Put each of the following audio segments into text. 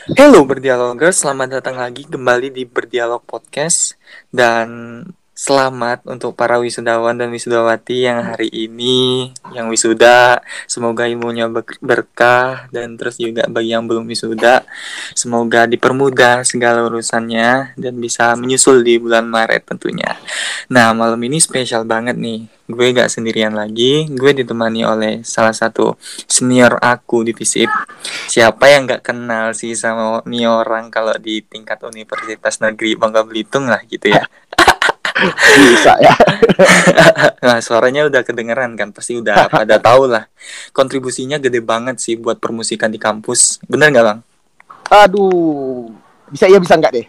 Hello Berdialogers, selamat datang lagi kembali di Berdialog Podcast. Dan selamat untuk para wisudawan dan wisudawati yang hari ini yang wisuda. Semoga ilmunya berkah, dan terus juga bagi yang belum wisuda, semoga dipermudah segala urusannya dan bisa menyusul di bulan Maret tentunya. Nah, malam ini spesial banget nih. Gue gak sendirian lagi, gue ditemani oleh salah satu senior aku di FISIP. Siapa yang gak kenal sih sama nih orang kalau di tingkat Universitas Negeri Bangka Belitung lah gitu ya. Bisa ya. Nah, suaranya udah kedengeran kan, pasti udah pada tahu lah. Kontribusinya gede banget sih buat permusikan di kampus. Bener gak bang? Aduh, bisa iya bisa enggak deh.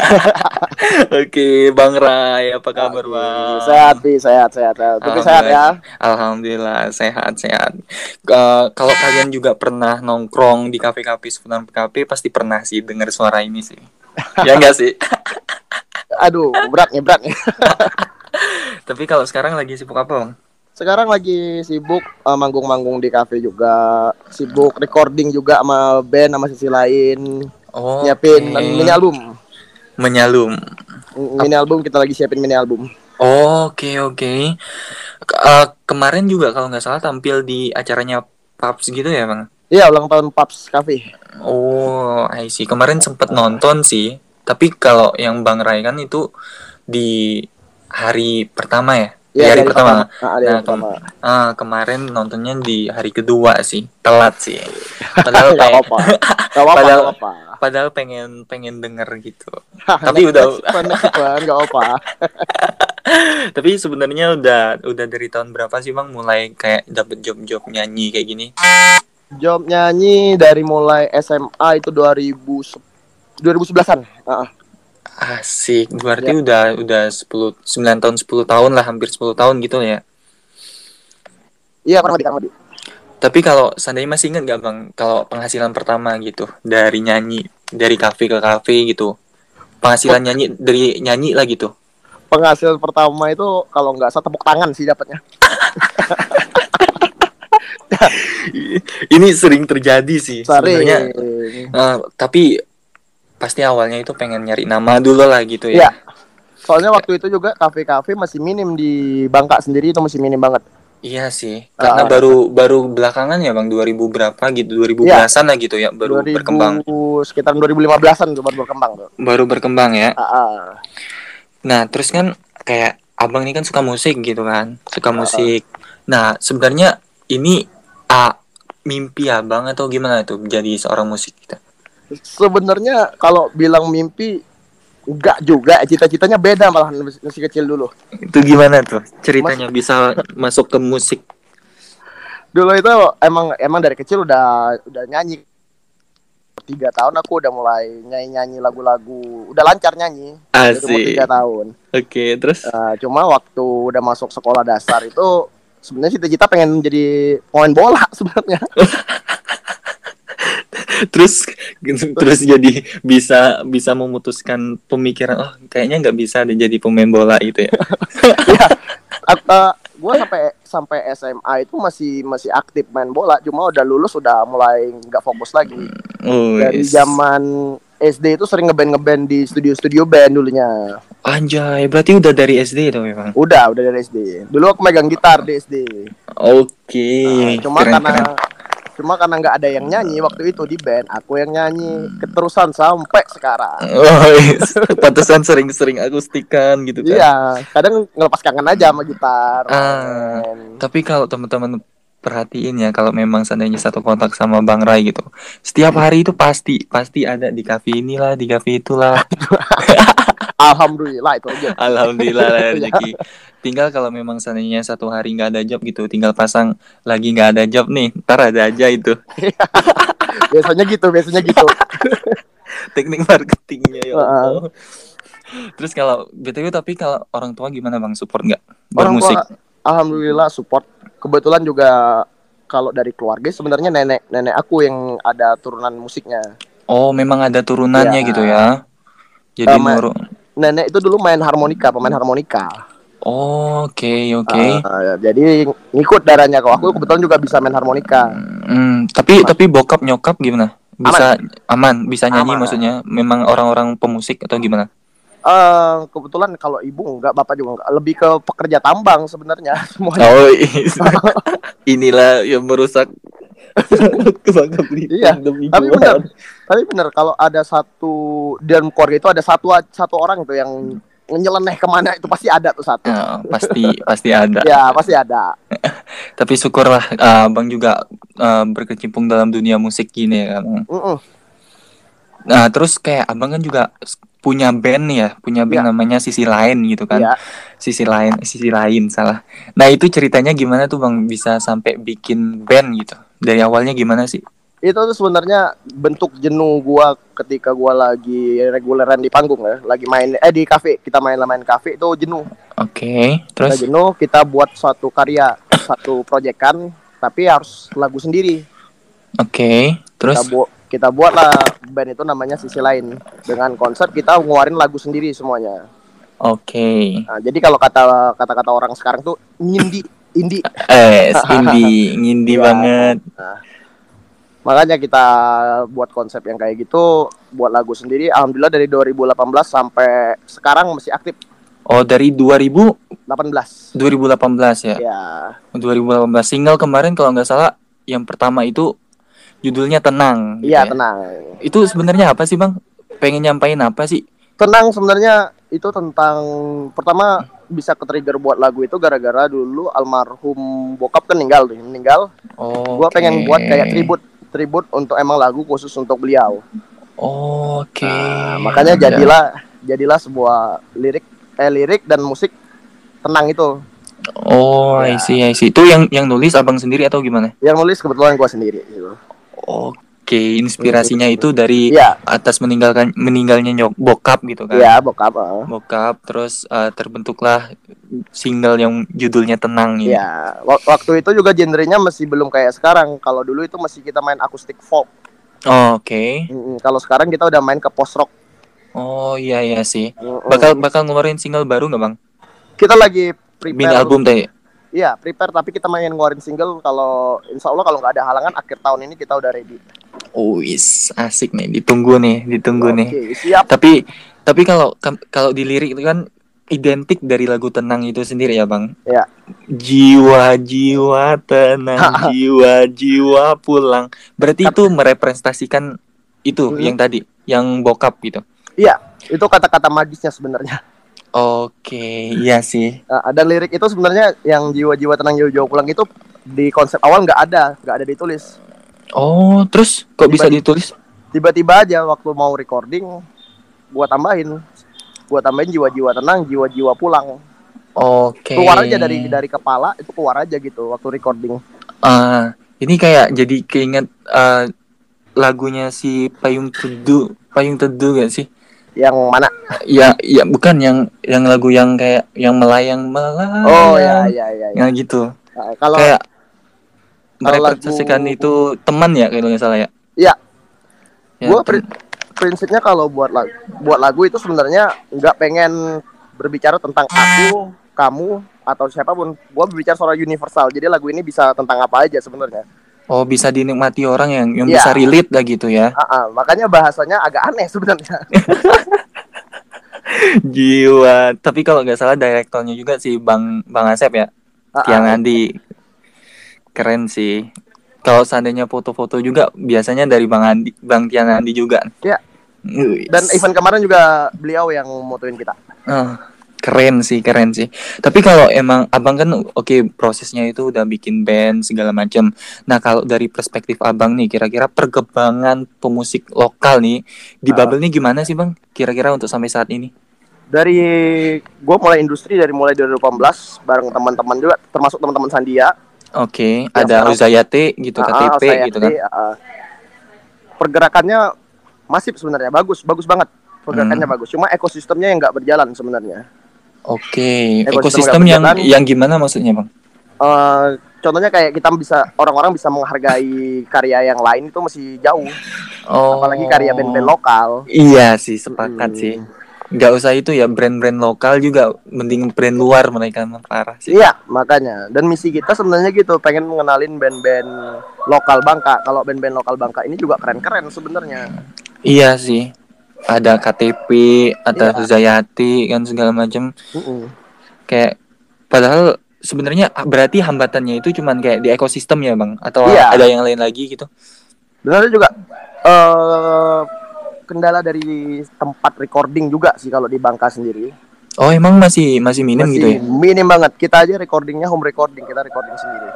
Oke, Bang Rai, apa kabar Oke, Bang? sehat pi, sehat. Tapi sehat Alhamdulillah, ya. alhamdulillah sehat. Kalau kalian juga pernah nongkrong di kafe-kafe seputaran PKP, pasti pernah sih dengar suara ini sih. Ya enggak sih? Aduh, berat nih. Tapi kalau sekarang lagi sibuk apa bang? Sekarang lagi sibuk manggung-manggung di kafe juga, sibuk recording juga sama band sama sisi lain, Oke, nyiapin mini album. menyalum. Mini album kita lagi siapin mini album. Oke. Kemarin juga kalau nggak salah tampil di acaranya Paps gitu ya bang? Iya, ulang tahun Paps Cafe. Oh, I see. Kemarin sempet nonton sih. Tapi kalau yang Bang Rai kan itu di hari pertama ya? Di Iya, hari dari pertama. pertama. Dari Nah, pertama. kemarin nontonnya di hari kedua sih. Telat sih. Padahal Enggak apa-apa. Enggak apa-apa, padahal enggak apa-apa. padahal pengen denger gitu. Tapi Next one, enggak apa-apa. tapi sebenarnya udah dari tahun berapa sih Bang mulai kayak dapet job-job nyanyi kayak gini? Job nyanyi dari mulai SMA itu 2011-an. Asik, berarti Ya. udah 9 tahun 10 tahun lah, hampir 10 tahun gitu ya. Iya, kurang lebih. Tapi kalau seandainya masih ingat gak Bang, kalau penghasilan pertama gitu dari nyanyi, dari kafe ke kafe gitu. Penghasilan nyanyi dari nyanyi lah gitu. Penghasilan pertama itu kalau nggak salah tepuk tangan sih dapatnya. Ini sering terjadi sih sebenarnya. Sering. Tapi pasti awalnya itu pengen nyari nama dulu lah gitu Iya. ya. Soalnya waktu itu juga kafe-kafe masih minim di Bangka sendiri itu masih minim banget. Iya sih, karena baru belakangan ya Bang 2000 berapa gitu, 2010-an Iya, lah gitu ya baru 2000 berkembang. sekitar 2015-an tuh baru berkembang tuh. Baru berkembang ya. Ah, ah. Nah, terus kan kayak abang ini kan suka musik gitu kan, suka Ah. musik. Nah, sebenarnya ini mimpi abang atau gimana tuh jadi seorang musik kita? Sebenarnya kalau bilang mimpi enggak juga, cita-citanya beda malah masih kecil dulu. Itu gimana tuh Mas ceritanya bisa masuk ke musik? dulu itu emang dari kecil udah nyanyi. 3 tahun aku udah mulai nyanyi lagu-lagu, udah lancar nyanyi dari umur 3 tahun. Oke, terus Cuma waktu udah masuk sekolah dasar itu sebenarnya cita-cita pengen jadi pemain bola sebenarnya. terus terus jadi bisa memutuskan pemikiran oh kayaknya nggak bisa deh jadi pemain bola itu ya. Ya, gue sampai SMA itu masih aktif main bola, cuma udah lulus udah mulai nggak fokus lagi. Oh, Dari zaman SD itu sering ngeband di studio band dulunya. anjay, berarti udah dari SD itu memang. Udah dari SD. Dulu aku megang gitar di SD. Oke, Cuma keren. karena nggak ada yang nyanyi waktu itu di band, aku yang nyanyi keterusan sampai sekarang. Oh, pantesan sering-sering akustikan gitu kan. Iya, kadang ngelepas kangen aja sama gitar. Tapi kalau teman-teman perhatiin ya, kalau memang seandainya satu kontak sama Bang Rai gitu, setiap hari itu pasti ada di kafe inilah, di kafe itulah. Alhamdulillah itu aja. Alhamdulillah lah rezeki. Tinggal kalau memang seandainya satu hari nggak ada job gitu, tinggal pasang lagi nggak ada job nih, ntar ada aja itu. biasanya gitu. Teknik marketingnya ya Allah. Terus kalau BTW tapi kalau orang tua gimana Bang, support nggak Orang bermusik? tua alhamdulillah support. Kebetulan juga kalau dari keluarga sebenarnya nenek aku yang ada turunan musiknya. Oh, memang ada turunannya Ya, gitu ya. Jadi nenek itu dulu pemain harmonika. Oke. Jadi ngikut darahnya, kalau aku kebetulan juga bisa main harmonika. Tapi bokap nyokap gimana? Bisa aman, bisa nyanyi Aman. maksudnya. Memang orang-orang pemusik atau gimana? Kebetulan kalau ibu enggak, bapak juga enggak. Lebih ke pekerja tambang sebenarnya semuanya. Oh, inilah yang merusak Bangka Iya, Belitung demi tapi benar. cuan. Tapi benar kalau ada satu dalam keluarga itu ada satu orang itu yang nyeleneh kemana itu pasti ada tuh satu. Pasti ada. Ya, pasti ada. Tapi syukurlah Bang juga berkecimpung dalam dunia musik gini ya kan. Mm-mm. Nah, terus kayak Abang kan juga punya band nih ya, punya band Ya, namanya Sisi Lain gitu kan. ya. Sisi lain salah. Nah, itu ceritanya gimana tuh Bang bisa sampai bikin band gitu? Dari awalnya gimana sih? Itu tuh sebenarnya bentuk jenuh gua ketika gua lagi reguleran di panggung ya, lagi main di kafe, kita main kafe itu jenuh. Oke, Kita terus? jenuh, kita buat suatu karya, satu proyekan, tapi harus lagu sendiri. Oke, terus? Kita buatlah band itu namanya Sisi Lain. Dengan konsep kita ngeluarin lagu sendiri semuanya. Oke. Nah, jadi kalau kata orang sekarang tuh indie. Ngindi Ya. banget. Nah, makanya kita buat konsep yang kayak gitu, buat lagu sendiri. Alhamdulillah dari 2018 sampai sekarang masih aktif. Oh, dari 18. 2018 ya. Ya. 2018 single kemarin kalau nggak salah yang pertama itu judulnya Tenang gitu Iya, ya. tenang. Itu sebenarnya apa sih, Bang? Pengen nyampain apa sih? Tenang sebenarnya itu tentang pertama bisa ke-trigger buat lagu itu gara-gara dulu almarhum bokap kan meninggal. Gua pengen buat kayak tribute untuk emang lagu khusus untuk beliau. Oke. Nah, makanya jadilah sebuah lirik dan musik tenang itu. Oh, Ya. I see. Itu yang nulis Abang sendiri atau gimana? Yang nulis kebetulan gua sendiri gitu. Oke, inspirasinya itu dari Iya. atas meninggalnya bokap gitu kan. Iya, bokap. Bokap terus terbentuklah single yang judulnya Tenang ini. Iya, waktu itu juga genrenya masih belum kayak sekarang. Kalau dulu itu masih kita main akustik folk. Oke. Kalau sekarang kita udah main ke post rock. Oh iya sih. Bakal ngeluarin single baru nggak Bang? Kita lagi Mini prepare. album teh. Iya, prepare tapi kita main ngeluarin single kalau insya Allah kalau nggak ada halangan akhir tahun ini kita udah ready. Oh asik nih, ditunggu nih. Oke, siap. Tapi kalau dilirik itu kan identik dari lagu Tenang itu sendiri ya Bang. Ya. Jiwa tenang, jiwa pulang. Berarti itu merepresentasikan itu yang tadi, yang bokap gitu. Iya, itu kata-kata magisnya sebenarnya. Oke, iya sih. Dan lirik itu sebenarnya yang jiwa-jiwa tenang jiwa-jiwa pulang itu di konsep awal nggak ada ditulis. Oh, terus kok bisa ditulis? Tiba-tiba aja waktu mau recording, gua tambahin jiwa-jiwa tenang, jiwa-jiwa pulang. Oke. Keluar aja dari kepala itu keluar aja gitu waktu recording. Ini kayak jadi keinget lagunya si Payung Teduh gak sih? Yang mana? Ya bukan yang lagu yang kayak yang melayang. Oh ya. Yang gitu. Kalau kayak merepresentasikan itu teman ya kalau nggak salah ya. Iya. Gue prinsipnya kalau buat lagu itu sebenarnya nggak pengen berbicara tentang aku, kamu atau siapapun. Gue berbicara soal universal. Jadi lagu ini bisa tentang apa aja sebenarnya. Oh, bisa dinikmati orang yang bisa relate lah gitu ya. Makanya bahasanya agak aneh sebenarnya. Jiwa. Tapi kalau nggak salah direktornya juga si Bang Asep ya. Tiang Andi. Keren sih. Kalau seandainya foto-foto juga biasanya dari Bang Tiang Andi juga. Iya. Dan event kemarin juga beliau yang motoin kita. Keren sih. Tapi kalau emang Abang kan prosesnya itu udah bikin band segala macam. Nah, kalau dari perspektif Abang nih, kira-kira perkembangan pemusik lokal nih di Babel nih gimana sih Bang? Kira-kira untuk sampai saat ini? Dari gue mulai industri dari mulai 2018 bareng teman-teman juga, termasuk teman-teman Sandia. Oke, ada Uzayate gitu, KTP gitu kan. Pergerakannya masif sebenarnya, bagus banget. Pergerakannya bagus. Cuma ekosistemnya yang nggak berjalan sebenarnya. Oke, ekosistem yang gimana maksudnya Bang? Contohnya kayak orang-orang bisa menghargai karya yang lain itu masih jauh. Apalagi karya band-band lokal. Iya sih, sepakat sih. nggak usah itu ya, brand-brand lokal juga, mending brand luar mereka mah parah sih. Iya, makanya. Dan misi kita sebenarnya gitu, pengen mengenalin band-band lokal Bangka. Kalau band-band lokal Bangka ini juga keren-keren sebenarnya. Iya sih, ada KTP, ada Iya. Zayati kan segala macam. Kayak padahal sebenarnya berarti hambatannya itu cuman kayak di ekosistem ya bang, atau ada Iya. yang lain lagi gitu? Sebenarnya juga eh kendala dari tempat recording juga sih kalau di Bangka sendiri. Oh emang masih minim gitu Masih ya? minim banget. Kita aja recordingnya home recording, kita recording sendiri.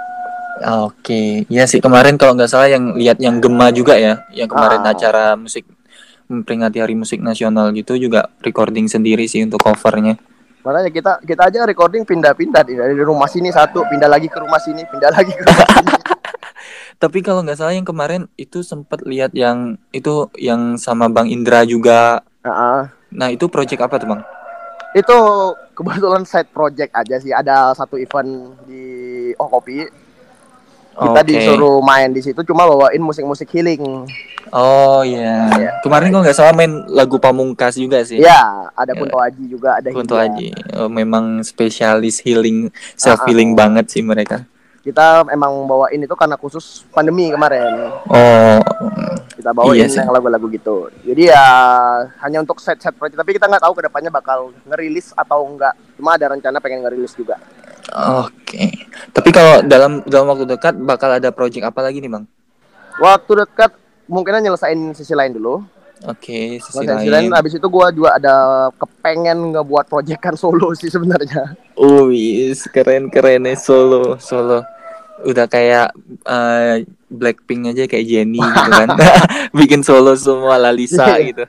Oke, iya sih kemarin kalau nggak salah yang lihat yang Gema juga ya, yang kemarin Ah, acara musik memperingati Hari Musik Nasional gitu juga recording sendiri sih untuk covernya. makanya kita aja recording pindah-pindah dari rumah sini satu, pindah lagi ke rumah sini, pindah lagi ke rumah sini. Tapi kalau nggak salah yang kemarin itu sempat lihat yang itu yang sama Bang Indra juga. Ah, Nah itu project apa tuh bang? itu kebetulan side project aja sih. Ada satu event di Kopi. Kita Oke. disuruh main di situ, cuma bawain musik-musik healing. Oh iya. Ya, Kemarin kalau nggak salah main lagu Pamungkas juga sih. ya ada Ya, Kunto Aji juga, ada Kunto Hindia. Aji. Oh, memang spesialis healing, self healing Ah. banget sih mereka. Kita emang bawain itu karena khusus pandemi kemarin. Oh Kita iya bawain sih. yang lagu-lagu gitu. Jadi ya hanya untuk set-set project. Tapi kita nggak tahu kedepannya bakal ngerilis atau enggak. Cuma ada rencana pengen ngerilis juga. Oke. Tapi kalau dalam waktu dekat bakal ada project apa lagi nih bang? Waktu dekat mungkin nyelesain sisi lain dulu. Oke, sisi Nyelesain sisi lain. lain. Habis itu gue juga ada kepengen ngebuat proyekan solo sih sebenarnya. Wis keren nih Solo Solo. Udah kayak Blackpink aja kayak Jennie gitu kan. Bikin solo semua Lalisa gitu.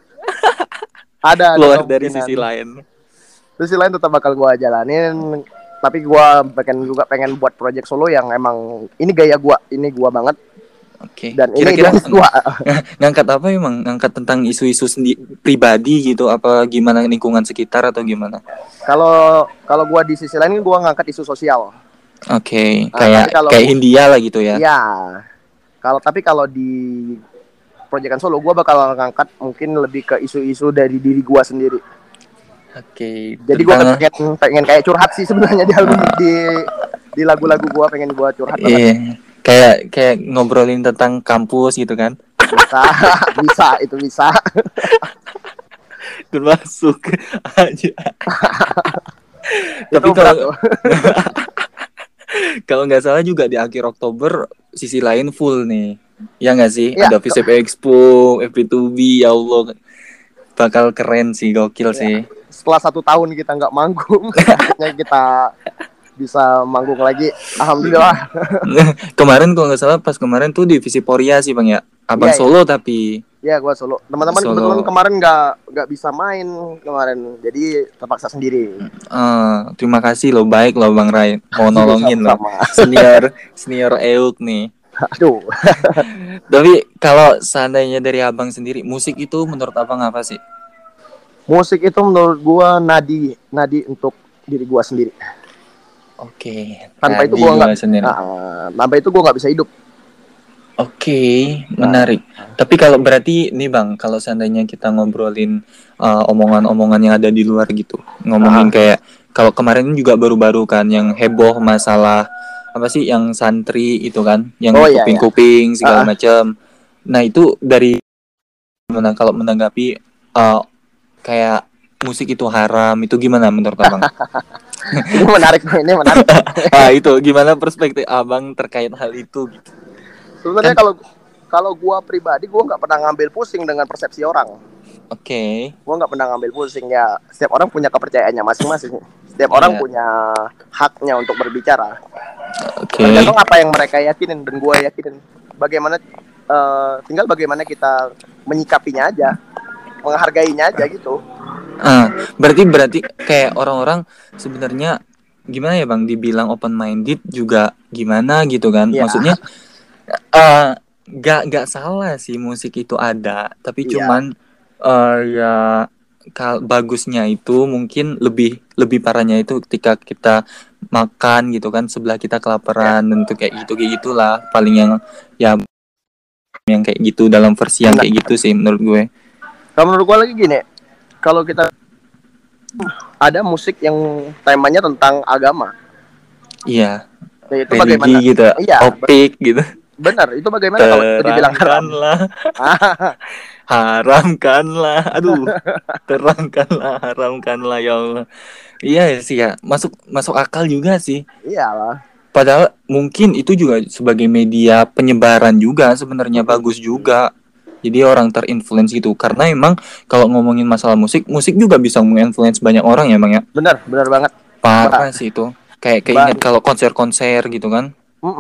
Ada Keluar dari kemungkinan. sisi lain. Sisi lain tetap bakal gue jalanin. Tapi gue pengen buat project solo yang emang ini gaya gue, ini gue banget. Oke. Dan ini Kira-kira idealis gue. ngangkat apa emang? Ngangkat tentang isu-isu pribadi gitu apa gimana lingkungan sekitar atau gimana? Kalau gue di sisi lain gue ngangkat isu sosial. Oke, Nah, tapi kalau kayak India lah gitu ya. ya kalau di proyekan solo gue bakal ngangkat mungkin lebih ke isu-isu dari diri gue sendiri. Oke, Jadi gue tentang pengen kayak curhat sih sebenarnya di album di lagu-lagu gue pengen gue curhat banget. iya, kayak ngobrolin tentang kampus gitu kan. Bisa bisa itu bisa. Termasuk aja. Tapi Itu berat kalau tuh. kalau nggak salah juga di akhir Oktober sisi lain full nih. Ya nggak sih? Ya, Ada Visip Expo, FP2B, ya Allah. Bakal keren sih, gokil ya. sih. Setelah 1 tahun kita nggak manggung, akhirnya kita bisa manggung lagi. Alhamdulillah. Kemarin kalau nggak salah pas kemarin tuh di Visiporia sih Bang ya. Abang Iya ya. Solo tapi Ya gue solo. Teman-teman kebetulan Solo. kemarin nggak bisa main kemarin, jadi terpaksa sendiri. Terima kasih loh, baik loh Bang Rai. Mau nolongin loh. Sama-sama. Senior Euk nih. Aduh. Tapi kalau seandainya dari Abang sendiri, musik itu menurut Abang apa sih? Musik itu menurut gue nadi untuk diri gue sendiri. Oke, Tanpa itu tadi gue nggak, gua sendiri. tanpa itu gue nggak bisa hidup. Oke, menarik. Tapi kalau berarti nih Bang, kalau seandainya kita ngobrolin omongan-omongan yang ada di luar gitu, ngomongin kayak kalau kemarin juga baru-baru kan yang heboh masalah apa sih yang santri itu kan, yang Iya, kuping-kuping segala macam. Nah, itu dari gimana kalau menanggapi kayak musik itu haram, itu gimana menurut Abang? Ini menarik. Itu gimana perspektif Abang terkait hal itu gitu. Sebenarnya Kan kalau gue pribadi gue nggak pernah ngambil pusing dengan persepsi orang. oke. Gue nggak pernah ngambil pusing ya. Setiap orang punya kepercayaannya masing-masing. Setiap orang punya haknya untuk berbicara. Oke. Tergantung apa yang mereka yakinin dan gue yakinin. Bagaimana tinggal bagaimana kita menyikapinya aja, menghargainya aja gitu. Berarti kayak orang-orang sebenarnya gimana ya Bang, dibilang open minded juga gimana gitu kan? Ya. Maksudnya nggak salah sih musik itu ada, tapi cuman ya bagusnya itu mungkin lebih parahnya itu ketika kita makan gitu kan, sebelah kita kelaparan dan itu kayak gitulah paling yang kayak gitu dalam versi yang kayak gitu sih menurut gue. Kalau menurut gue lagi gini, kalau kita ada musik yang temanya tentang agama. Iya, Ya, itu religi bagaimana? gitu, Iya, opik gitu. benar. Itu bagaimana kalau itu dibilang haram? Terangkanlah, haramkanlah. Aduh, terangkanlah, haramkanlah ya Allah. Iya sih ya, masuk masuk akal juga sih. Iyalah. Padahal mungkin itu juga sebagai media penyebaran juga sebenarnya bagus juga. Jadi orang terinfluence gitu. Karena emang kalau ngomongin masalah musik, musik juga bisa menginfluence banyak orang ya bang ya. Benar, benar banget. Mbak, Parah sih itu. Kayak keinget Mbak, kalau konser-konser gitu kan.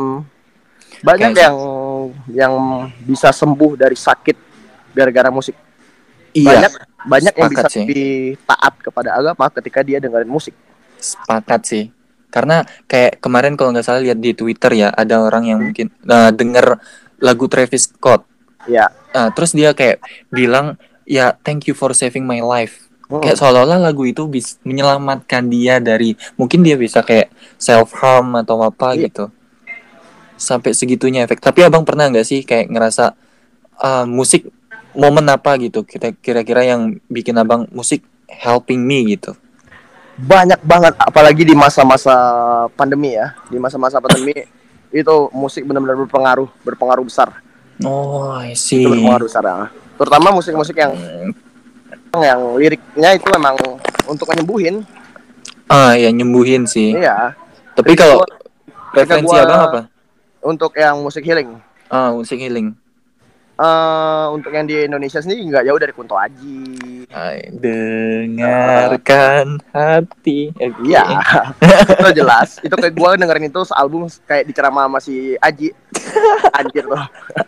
banyak Kayak yang bisa sembuh dari sakit gara-gara musik. iya, Banyak banyak yang sepakat bisa sih. lebih taat kepada agama ketika dia dengerin musik. Sepakat sih. Karena kayak kemarin kalau nggak salah lihat di Twitter ya, ada orang yang Hmm? mungkin denger lagu Travis Scott. Ya. Terus dia kayak bilang, ya thank you for saving my life. Kayak Mm-mm. seolah-olah lagu itu bisa menyelamatkan dia dari, mungkin dia bisa kayak self harm atau apa Iya. gitu. Sampai segitunya efek. Tapi abang pernah nggak sih kayak ngerasa musik momen apa gitu? Kira-kira yang bikin abang musik helping me gitu. Banyak banget apalagi di masa-masa pandemi ya. Di masa-masa pandemi itu musik benar-benar berpengaruh besar. Oh, I Itu see. berpengaruh besar ya. Terutama musik-musik yang liriknya itu memang untuk menyembuhin. Ya nyembuhin sih. Iya. Tapi Ketika kalau gua ketika preferensi gua abang apa? untuk yang musik healing, Musik healing. untuk yang di Indonesia sendiri nggak jauh dari Kunto Aji. Uh, Dengarkan hati. iya, Oke. itu jelas. Itu kayak gue dengerin itu sealbum kayak diceramah sama si Aji. Anjir tuh.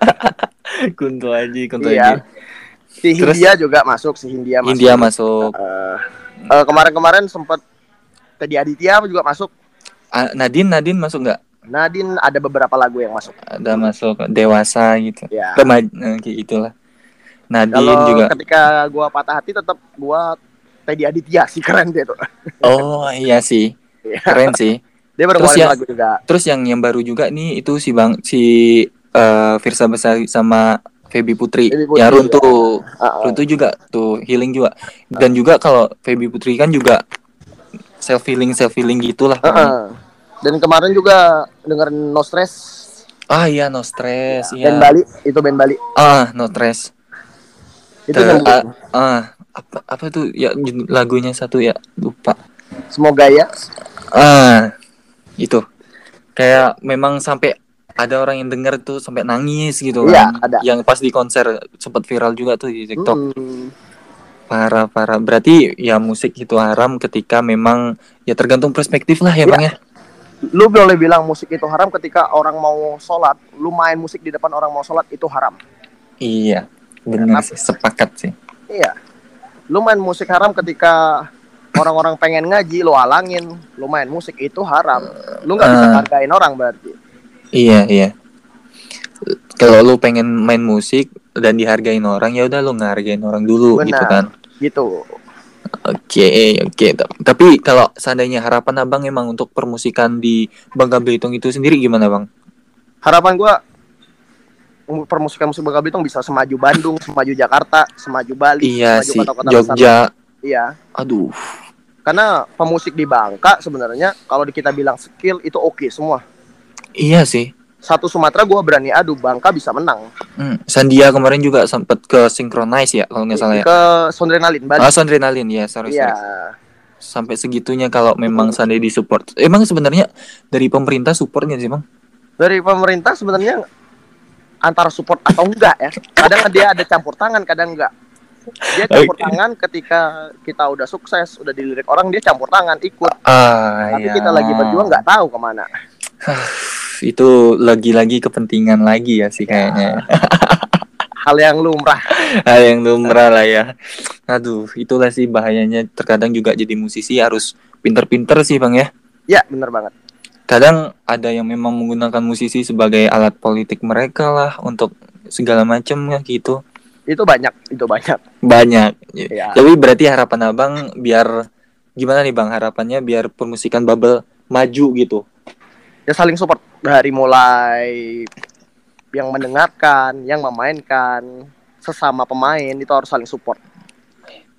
Kunto Aji, Kunto Aji. Iya. Si Terus Hindia juga masuk. Si Hindia India masuk. masuk. Kemarin-kemarin sempat Teddy Aditya juga masuk. Nadine masuk nggak? Nadine ada beberapa lagu yang masuk. Ada masuk dewasa gitu. Ya. Remaja kayak itulah. Nadine Kalau juga. ketika gue patah hati tetap gue Teddy Aditya sih keren dia tuh. Oh iya sih. Iya. Keren sih. Dia baru Terus ngeluarin ya, lagu juga. terus yang baru juga nih itu si Bang si Firsa Besari sama Feby Putri. Teddy Ya Putri ya. Runtuh. Uh-uh. Runtuh juga tuh healing juga. Dan juga kalau Feby Putri kan juga self healing gitulah pokoknya. Uh-uh. Dan kemarin juga dengerin No Stress. Iya no stress Ya. ya. Band Bali, itu band Bali. No stress. Itu nyembuhin. Apa tuh ya lagunya satu ya lupa. Semoga ya. Itu kayak memang sampai ada orang yang denger tuh sampai nangis gitu Iya, kan. ada. Yang pas di konser sempat viral juga tuh di TikTok. Hmm. Parah. Berarti ya musik itu haram ketika memang ya tergantung perspektif lah ya Ya, bang ya. lu boleh bilang musik itu haram ketika orang mau sholat, lu main musik di depan orang mau sholat itu haram. Iya, Ya, bener sih, sepakat sih. iya, lu main musik haram ketika orang-orang pengen ngaji, lu halangin, lu main musik itu haram. Lu nggak bisa Uh, hargain orang berarti. iya. Kalau lu pengen main musik dan dihargain orang ya udah lu ngehargain orang dulu gitu Benar, kan. gitu. Oke. Tapi kalau seandainya harapan abang emang untuk permusikan di Bangka Belitung itu sendiri gimana bang? Harapan gua permusikan musik Bangka Belitung bisa semaju Bandung, semaju Jakarta, semaju Bali, Iya semaju sih, kota-kota besar Jogja. lain. Iya. Aduh, Karena pemusik di Bangka sebenarnya kalau kita bilang skill itu oke semua. iya sih. Satu Sumatera gue berani adu, Bangka bisa menang. Sandia kemarin juga sempat ke Synchronize ya kalau nggak salah ya. Ke Sondrenalin Bali. Sondrenalin ya, sorry. Iya. Sampai segitunya kalau memang Sandia disupport. Emang sebenarnya dari pemerintah supportnya sih bang? Dari pemerintah sebenarnya antara support atau enggak ya. Kadang dia ada campur tangan, kadang enggak. Dia campur tangan ketika kita udah sukses, udah dilirik orang, dia campur tangan ikut. Tapi Ya. kita lagi berjuang nggak tahu kemana. Itu lagi-lagi kepentingan lagi ya sih kayaknya. Hal yang lumrah. Hal yang lumrah lah ya. Aduh, itulah sih bahayanya. Terkadang juga jadi musisi harus pinter-pinter sih bang ya. Ya, bener banget. Kadang ada yang memang menggunakan musisi sebagai alat politik mereka lah untuk segala macam ya gitu. Itu banyak. Banyak. Ya. Tapi berarti harapan abang biar gimana nih bang harapannya biar permusikan bubble maju gitu. Ya saling support dari mulai yang mendengarkan, yang memainkan, sesama pemain itu harus saling support.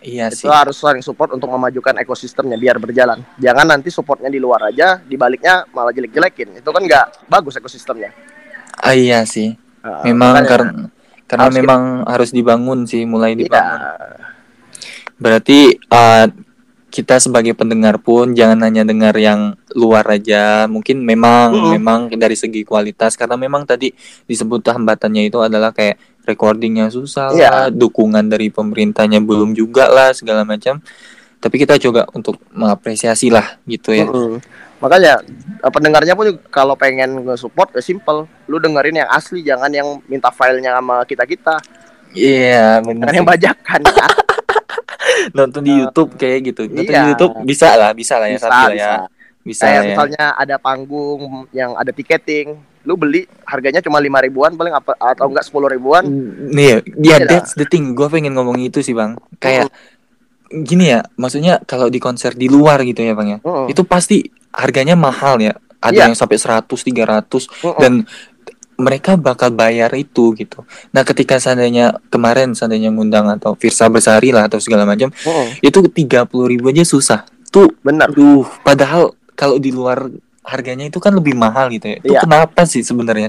Iya Itu sih. harus saling support untuk memajukan ekosistemnya biar berjalan. Jangan nanti supportnya di luar aja, di baliknya malah jelek-jelekin. Itu kan nggak bagus ekosistemnya. Iya sih. Memang Makanya karena harus kita, memang harus dibangun sih, mulai iya, dibangun. Berarti kita sebagai pendengar pun jangan hanya dengar yang luar aja. Mungkin memang dari segi kualitas, karena memang tadi disebut hambatannya itu adalah kayak recordingnya susah lah, iya. dukungan dari pemerintahnya belum juga lah, segala macam. Tapi kita coba untuk mengapresiasi lah gitu ya. Makanya pendengarnya pun kalau pengen nge-support ya simple. Lu dengerin yang asli, jangan yang minta filenya sama kita-kita. Iya, benar Jangan yang sih. bajakan ya. Nonton di YouTube kayak gitu. Nonton di Iya, YouTube bisa lah ya, bisa sabi lah ya. bisa. Bisa Kayak lah ya. misalnya ada panggung yang ada tiketing, lu beli harganya cuma 5 ribuan paling apa atau enggak 10 ribuan. Nih, ya Iya. that's the thing. Gue pengen ngomong itu sih, Bang. Kayak gini ya, maksudnya kalau di konser di luar gitu ya, Bang ya. Itu pasti harganya mahal ya. Ada Iya. yang sampai 100, 300 dan mereka bakal bayar itu gitu. Nah, ketika seandainya ngundang atau Firsa Besari lah atau segala macam, itu 30 ribu aja susah. Tuh, Bener. padahal kalau di luar harganya itu kan lebih mahal gitu ya. Itu Iya. kenapa sih sebenarnya?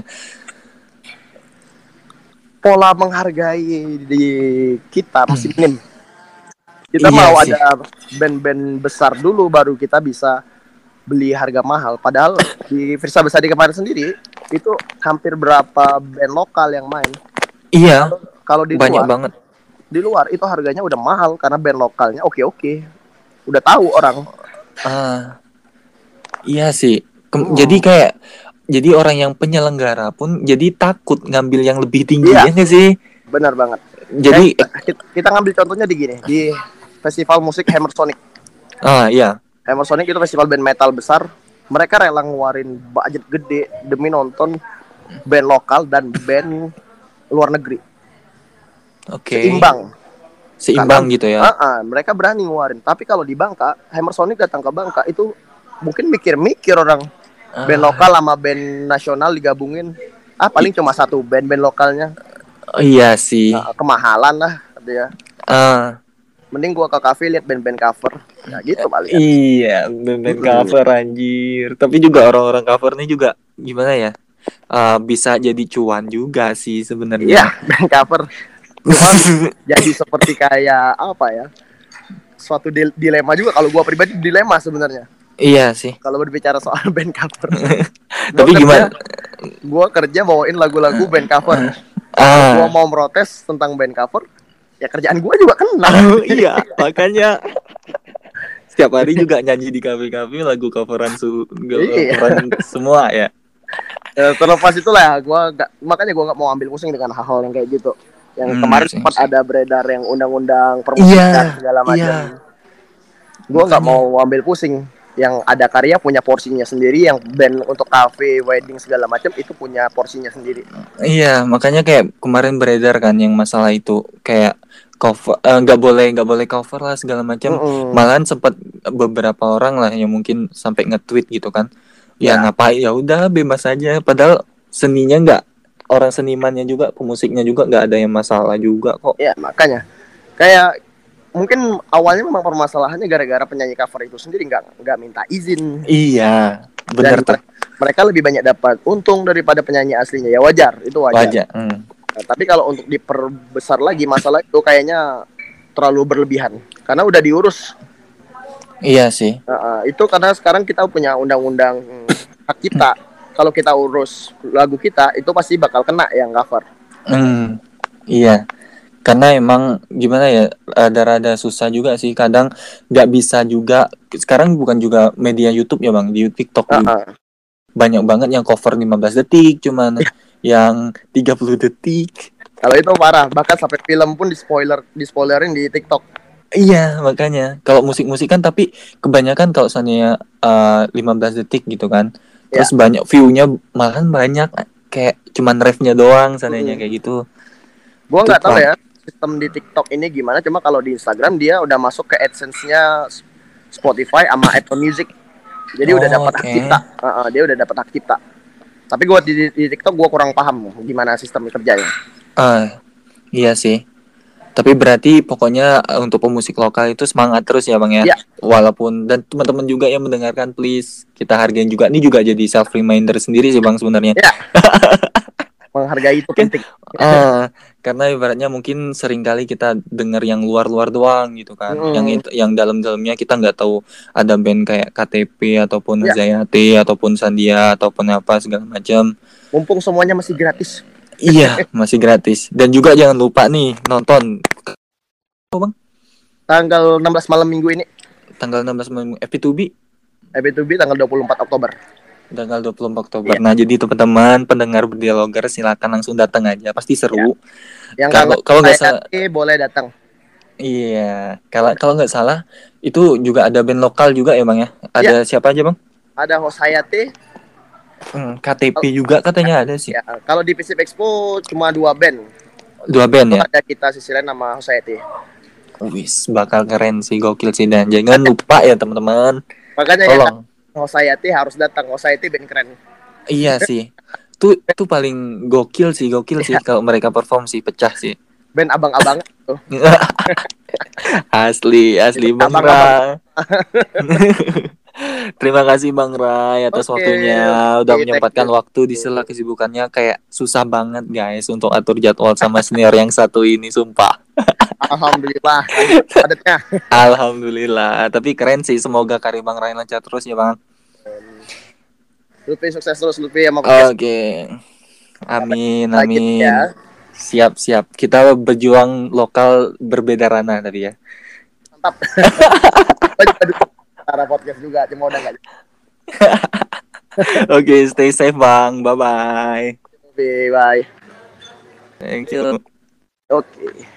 Pola menghargai di kita masih minim. Kita Iya mau sih. ada band-band besar dulu baru kita bisa beli harga mahal. Padahal di Firsa Besari kemarin sendiri itu hampir berapa band lokal yang main. Iya. Kalau di Banyak luar, banget. di luar itu harganya udah mahal karena band lokalnya oke. Udah tahu orang. Iya sih. Jadi orang yang penyelenggara pun jadi takut ngambil yang lebih tinggi ya nggak sih? Benar banget. Jadi kita ngambil contohnya di gini, di festival musik Hammer Sonic. iya. Hammer Sonic itu festival band metal besar. Mereka rela ngeluarin budget gede demi nonton band lokal dan band luar negeri. Oke. Seimbang gitu ya. Mereka berani ngeluarin. Tapi kalau di Bangka, Hammer Sonic datang ke Bangka itu mungkin mikir-mikir orang. Band lokal sama band nasional digabungin. Paling cuma satu band lokalnya. Iya sih. Kemahalan lah dia. Mending gua ke cafe lihat band-band cover. Ya gitu paling. Iya, band-band cover anjir. Tapi juga orang-orang cover nih juga gimana ya? Bisa jadi cuan juga sih sebenarnya. Iya, band cover. Cuman jadi seperti kayak apa ya? Suatu dilema juga. Kalau gua pribadi dilema sebenarnya. Iya sih. Kalau berbicara soal band cover. Tapi gimana? Gua kerja bawain lagu-lagu band cover. Gua mau protes tentang band cover, ya kerjaan gua juga kena. Iya, makanya setiap hari juga nyanyi di kafe-kafe lagu coveran semua ya. Terlepas itulah makanya gua nggak mau ambil pusing dengan hal-hal yang kayak gitu. Yang kemarin sempat ada beredar yang undang-undang permusikan segala macam. Gua nggak mau ambil pusing. Yang ada karya punya porsinya sendiri, yang band untuk cafe, wedding segala macam itu punya porsinya sendiri. Iya, makanya kayak kemarin beredar kan yang masalah itu kayak cover nggak boleh cover lah segala macam. Malahan sempat beberapa orang lah yang mungkin sampai nge-tweet gitu kan. Ya ngapain, ya udah bebas aja. Padahal seninya nggak, orang senimannya juga, pemusiknya juga nggak ada yang masalah juga kok. Ya makanya kayak mungkin awalnya memang permasalahannya gara-gara penyanyi cover itu sendiri nggak minta izin. Iya, benar tuh. Mereka lebih banyak dapat untung daripada penyanyi aslinya, ya wajar, itu wajar. Nah, tapi kalau untuk diperbesar lagi masalah itu kayaknya terlalu berlebihan karena udah diurus. Iya sih. Itu karena sekarang kita punya undang-undang hak cipta. Kalau kita urus lagu kita itu pasti bakal kena yang cover. Iya. Karena emang gimana ya, rada-rada susah juga sih, kadang nggak bisa juga. Sekarang bukan juga media YouTube ya Bang, di TikTok juga banyak banget yang cover 15 detik cuman yang 30 detik. Kalau itu parah, bahkan sampai film pun di-spoilerin di TikTok. Iya, makanya kalau musik-musik kan, tapi kebanyakan kalau misalnya 15 detik gitu kan, terus banyak view-nya, malahan banyak kayak cuman refnya doang seandainya kayak gitu. Gua nggak tahu ya sistem di TikTok ini gimana, cuma kalau di Instagram dia udah masuk ke AdSense-nya Spotify sama Apple Music. Jadi udah dapat hak cipta. Dia udah dapat hak cipta. Tapi gua di TikTok gua kurang paham gimana sistem kerjanya. Iya sih. Tapi berarti pokoknya untuk pemusik lokal itu semangat terus ya Bang ya. Ya, Walaupun dan teman-teman juga yang mendengarkan please kita hargain juga. Ini juga jadi self reminder sendiri sih Bang sebenarnya. ya, menghargai itu Kan penting. karena ibaratnya mungkin sering kali kita dengar yang luar-luar doang gitu kan. Mm. Yang dalam-dalamnya kita nggak tahu ada band kayak KTP ataupun Ya, Zayate ataupun Sandia ataupun apa segala macam. mumpung semuanya masih gratis. Iya, masih gratis. Dan juga jangan lupa nih nonton Tanggal 16 malam minggu ini, tanggal 16 Mei FP2B FB2B tanggal 24 Oktober. tanggal 24 Oktober. Iya, Nah, jadi teman-teman pendengar berdialoger silakan langsung datang aja. Pasti ya. seru. Yang Kalau kangen kalau nggak salah, saya boleh datang. iya. Kalau kalau nggak salah itu juga ada band lokal juga ya, Bang ya. Ya, Ada siapa aja, Bang? ada Hosayate. KTP juga katanya ada sih. Ya, kalau di Pacific Expo cuma 2 band. Dua band Itu ya. ada kita sisilan nama Hosayate. Wis, bakal keren sih, gokil sih, dan jangan lupa ya teman-teman. Makanya ya Tolong. Hosayate harus datang. Hosayate band keren. Iya sih. Tuh paling gokil sih kalau mereka perform sih pecah sih. Band abang-abang tuh. Asli Bang Abang-abang. Rai. Terima kasih Bang Rai atas Oke, waktunya udah oke, thank menyempatkan you. waktu di sela kesibukannya kayak susah banget guys untuk atur jadwal sama senior yang satu ini sumpah. Alhamdulillah lanjut padatnya. Alhamdulillah, tapi keren sih, semoga karir Bang Rai lancar terus ya Bang. Lutfi sukses terus Lutfi sama podcast. Oke. Amin Lagi amin. ya. Siap. Kita berjuang lokal berbeda ranah tadi ya. Mantap. Cara podcast juga cuma udah enggak. Oke, stay safe Bang. Bye bye. Bye. Thank you. Oke.